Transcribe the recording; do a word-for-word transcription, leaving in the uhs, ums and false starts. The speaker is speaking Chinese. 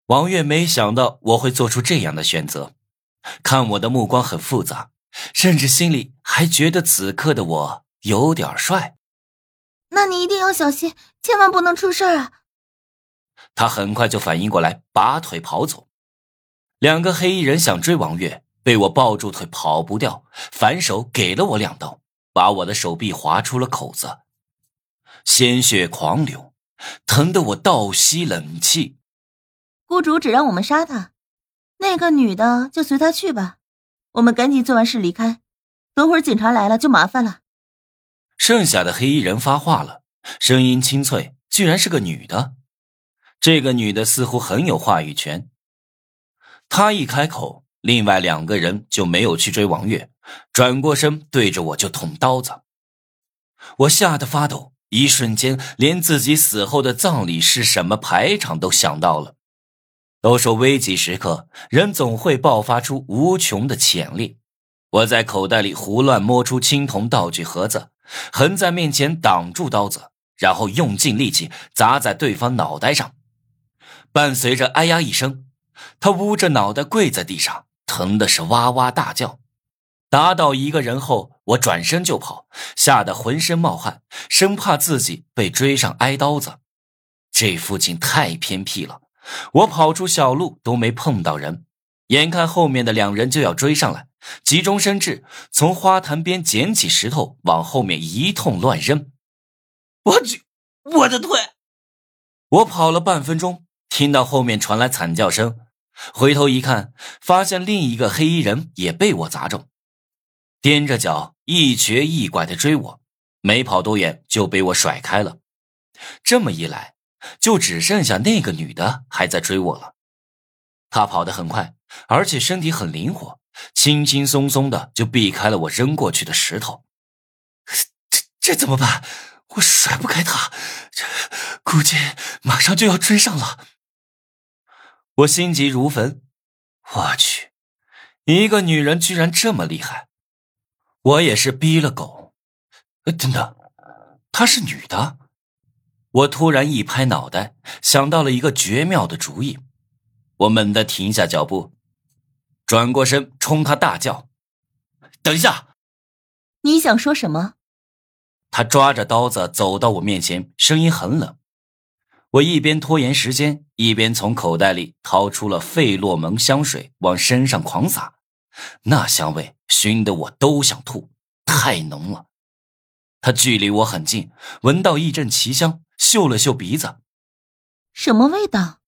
王月没想到我会做出这样的选择，看我的目光很复杂，甚至心里还觉得此刻的我有点帅。 那你一定要小心，千万不能出事啊！ 他很快就反应过来，拔腿跑走。两个黑衣人想追王月，被我抱住腿跑不掉，反手给了我两刀，把我的手臂划出了口子，鲜血狂流，疼得我倒吸冷气。 雇主只让我们杀他，那个女的就随他去吧，我们赶紧做完事离开，等会儿警察来了就麻烦了。 剩下的黑衣人发话了，声音清脆，居然是个女的。这个女的似乎很有话语权，她一开口，另外两个人就没有去追王月，转过身对着我就捅刀子。我吓得发抖，一瞬间连自己死后的葬礼是什么排场都想到了。都说危急时刻，人总会爆发出无穷的潜力。我在口袋里胡乱摸出青铜道具盒子，横在面前挡住刀子，然后用尽力气砸在对方脑袋上。伴随着哎呀一声，他捂着脑袋跪在地上，疼的是哇哇大叫。打倒一个人后，我转身就跑，吓得浑身冒汗，生怕自己被追上挨刀子。这附近太偏僻了，我跑出小路都没碰到人，眼看后面的两人就要追上来，急中生智，从花坛边捡起石头往后面一通乱扔。 我去，我的腿！ 我跑了半分钟，听到后面传来惨叫声，回头一看，发现另一个黑衣人也被我砸中，踮着脚一瘸一拐地追我，没跑多远就被我甩开了。这么一来，就只剩下那个女的还在追我了。她跑得很快，而且身体很灵活，轻轻松松的就避开了我扔过去的石头。 这这怎么办？我甩不开她，这估计马上就要追上了。 我心急如焚，我去，一个女人居然这么厉害，我也是逼了狗。等等，她是女的？我突然一拍脑袋，想到了一个绝妙的主意。我猛地停下脚步，转过身冲她大叫：等一下！ 你想说什么？ 她抓着刀子走到我面前，声音很冷。我一边拖延时间，一边从口袋里掏出了费洛蒙香水往身上狂洒，那香味熏得我都想吐，太浓了。她距离我很近，闻到一阵奇香，嗅了嗅鼻子。 什么味道？